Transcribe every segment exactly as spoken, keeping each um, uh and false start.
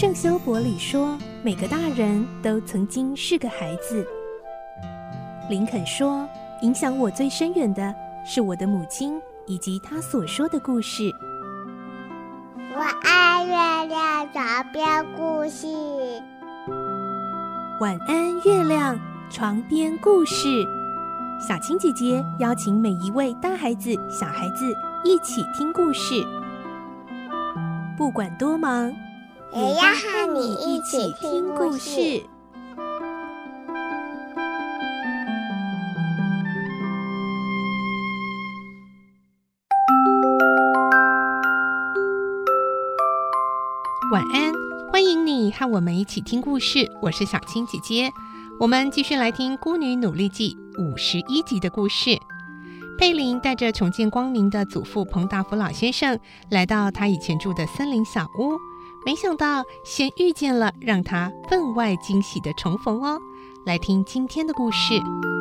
圣修伯里说，每个大人都曾经是个孩子。林肯说，影响我最深远的是我的母亲以及她所说的故事。 我爱月亮床边故事。 晚安，月亮床边故事。小青姐姐邀请每一位大孩子、小孩子一起听故事，不管多忙， 也要和你一起听故事。 晚安，欢迎你和我们一起听故事，我是小青姐姐。我们继续来听《孤女努力记》五十一集的故事。佩林带着重见光明的祖父彭达福老先生来到他以前住的森林小屋，没想到先遇见了让他分外惊喜的重逢哦。来听今天的故事。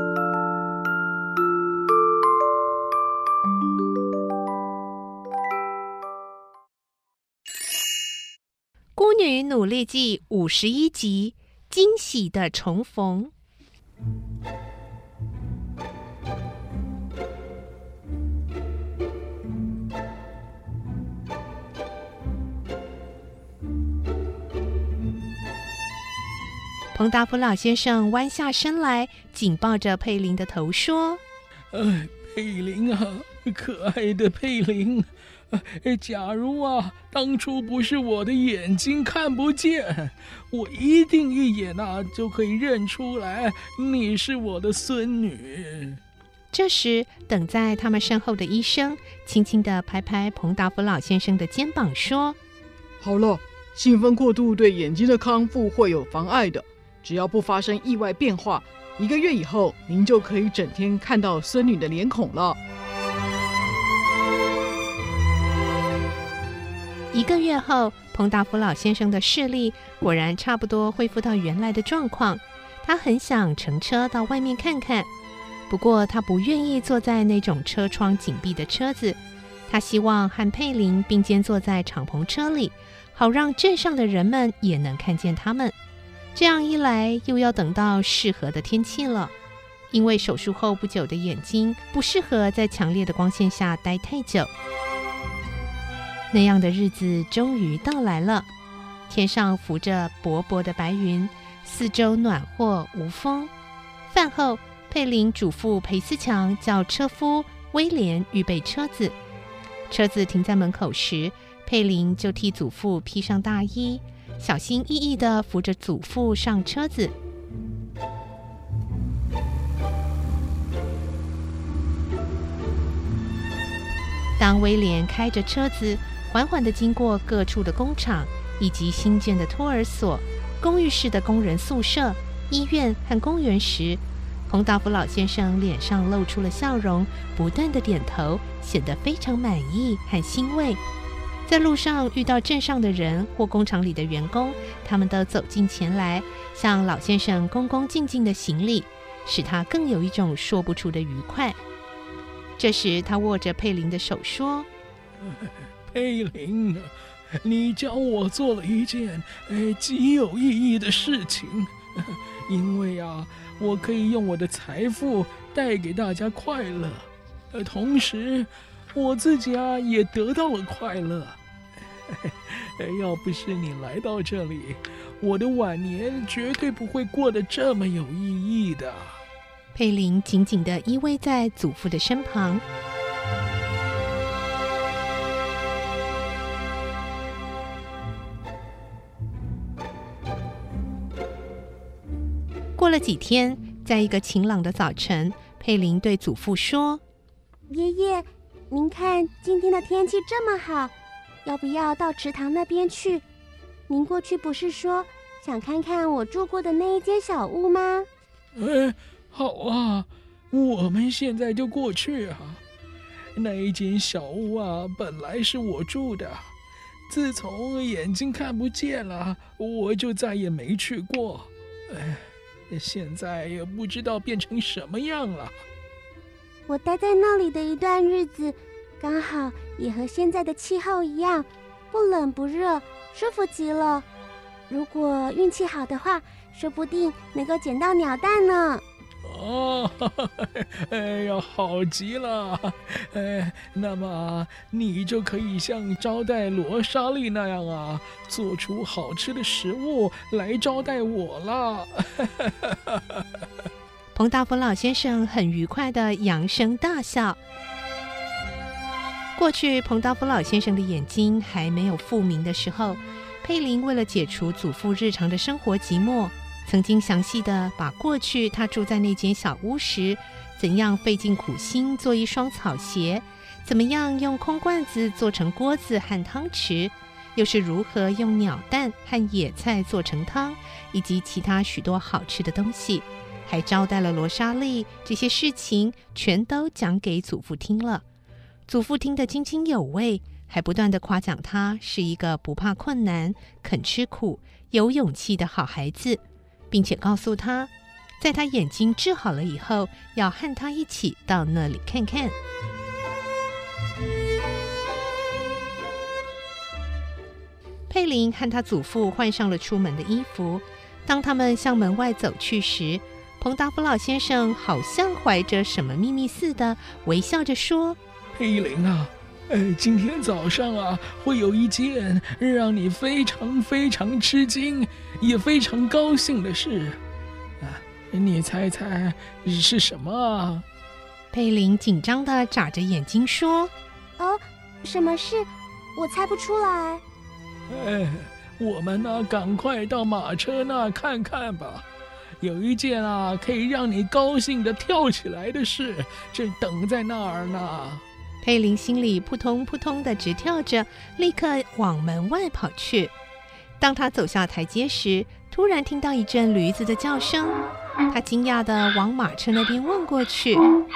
孤女努力记五十一集，惊喜的重逢。彭达福老先生弯下身来，紧抱着佩林的头说： 哎，佩林啊，可爱的佩林，假如啊，当初不是我的眼睛看不见，我一定一眼啊就可以认出来你是我的孙女。 这时，等在他们身后的医生轻轻地拍拍彭达福老先生的肩膀说： 好了，兴奋过度对眼睛的康复会有妨碍的，只要不发生意外变化，一个月以后您就可以整天看到孙女的脸孔了。 一个月后，彭达福老先生的视力果然差不多恢复到原来的状况。他很想乘车到外面看看，不过他不愿意坐在那种车窗紧闭的车子，他希望和佩林并肩坐在敞篷车里，好让镇上的人们也能看见他们。这样一来，又要等到适合的天气了，因为手术后不久的眼睛不适合在强烈的光线下待太久。那样的日子终于到来了，天上浮着薄薄的白云，四周暖和无风。饭后，佩林嘱咐裴思强叫车夫威廉预备车子。车子停在门口时，佩林就替祖父披上大衣，小心翼翼地扶着祖父上车子。当威廉开着车子缓缓地经过各处的工厂，以及新建的托儿所、公寓式的工人宿舍、医院和公园时，彭达福老先生脸上露出了笑容，不断地点头，显得非常满意和欣慰。在路上遇到镇上的人或工厂里的员工，他们都走近前来，向老先生恭恭敬敬地行礼，使他更有一种说不出的愉快。这时他握着佩林的手说： 佩林，你教我做了一件呃极有意义的事情，因为啊，我可以用我的财富带给大家快乐，呃，同时我自己啊也得到了快乐。要不是你来到这里，我的晚年绝对不会过得这么有意义的。 佩林紧紧地依偎在祖父的身旁。过了几天，在一个晴朗的早晨，佩林对祖父说： 爷爷，您看今天的天气这么好，要不要到池塘那边去？您过去不是说想看看我住过的那一间小屋吗？ 哎，好啊，我们现在就过去啊。那一间小屋啊，本来是我住的，自从眼睛看不见了，我就再也没去过。哎，现在也不知道变成什么样了。 我待在那里的一段日子，刚好也和现在的气候一样，不冷不热，舒服极了。 如果运气好的话，说不定能够捡到鸟蛋呢。 哦，哎呀，好极了！哎，那么你就可以像招待罗莎莉那样啊，做出好吃的食物来招待我了。 彭大福老先生很愉快地扬声大笑。过去彭大福老先生的眼睛还没有复明的时候，佩林为了解除祖父日常的生活寂寞，曾经详细地把过去他住在那间小屋时，怎样费尽苦心做一双草鞋，怎么样用空罐子做成锅子和汤匙，又是如何用鸟蛋和野菜做成汤，以及其他许多好吃的东西，还招待了罗莎莉，这些事情全都讲给祖父听了。祖父听得津津有味，还不断地夸奖他是一个不怕困难、肯吃苦、有勇气的好孩子，并且告诉他，在他眼睛治好了以后，要和他一起到那里看看。佩林和他祖父换上了出门的衣服，当他们向门外走去时，彭达福老先生好像怀着什么秘密似的，微笑着说： 佩林啊，呃，今天早上啊，会有一件让你非常非常吃惊，也非常高兴的事。啊，你猜猜是什么啊？ 佩林紧张地眨着眼睛说： 哦，什么事？我猜不出来。 哎，我们呢，赶快到马车那看看吧。有一件啊，可以让你高兴地跳起来的事，正等在那儿呢。 佩林心里扑通扑通地直跳着，立刻往门外跑去。当他走下台阶时，突然听到一阵驴子的叫声，他惊讶地往马车那边望过去，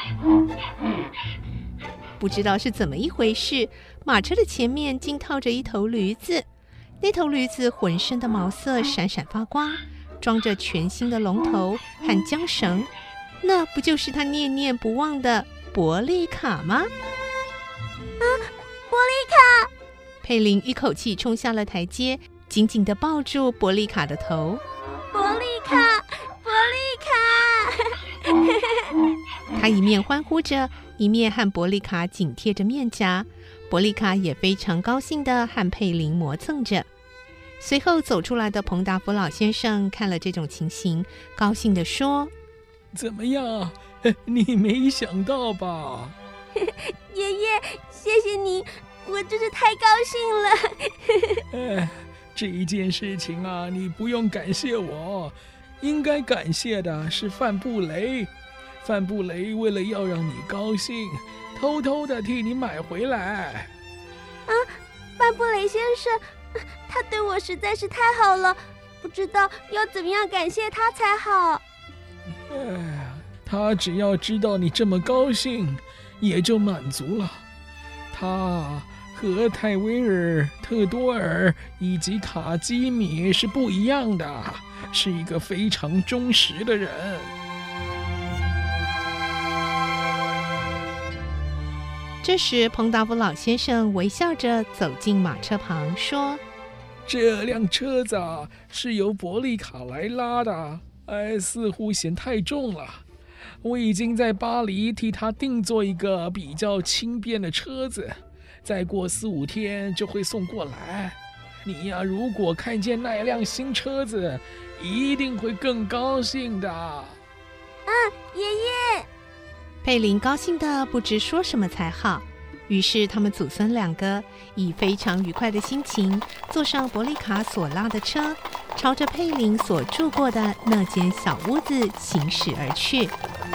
不知道是怎么一回事，马车的前面竟套着一头驴子。那头驴子浑身的毛色闪闪发光，装着全新的龙头和缰绳，那不就是他念念不忘的伯利卡吗？ 啊，伯利卡！ 佩林一口气冲下了台阶，紧紧地抱住伯利卡的头。 伯利卡，伯利卡！他一面欢呼着，一面和伯利卡紧贴着面颊。伯利卡也非常高兴地和佩林磨蹭着。随后走出来的彭达福老先生看了这种情形，高兴地说： 怎么样，你没想到吧？ 爷爷，谢谢你，我真是太高兴了。 哎，这一件事情啊，你不用感谢我，应该感谢的是范布雷。范布雷为了要让你高兴，偷偷的替你买回来。 啊，范布雷先生，他对我实在是太好了，不知道要怎么样感谢他才好。 哎，他只要知道你这么高兴，也就满足了。他和泰威尔、特多尔以及卡基米是不一样的，是一个非常忠实的人。 这时彭达福老先生微笑着走进马车旁说： 这辆车子啊，是由伯利卡来拉的，哎，似乎嫌太重了。我已经在巴黎替他定做一个比较轻便的车子，再过四五天就会送过来。你呀，如果看见那一辆新车子，一定会更高兴的。啊， 爷爷！ 佩林高兴得不知说什么才好，于是他们祖孙两个以非常愉快的心情坐上伯利卡所拉的车，朝着佩林所住过的那间小屋子行驶而去。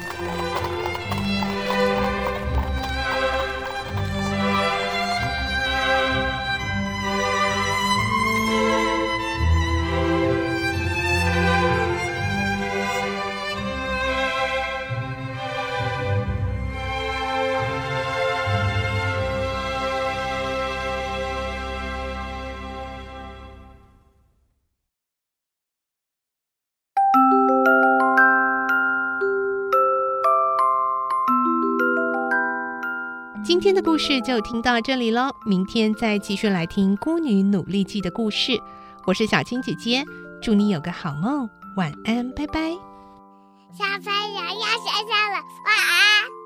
今天的故事就听到这里咯，明天再继续来听《孤女努力记》的故事。 我是小青姐姐，祝你有个好梦，晚安，拜拜。 小朋友要睡觉了，晚安。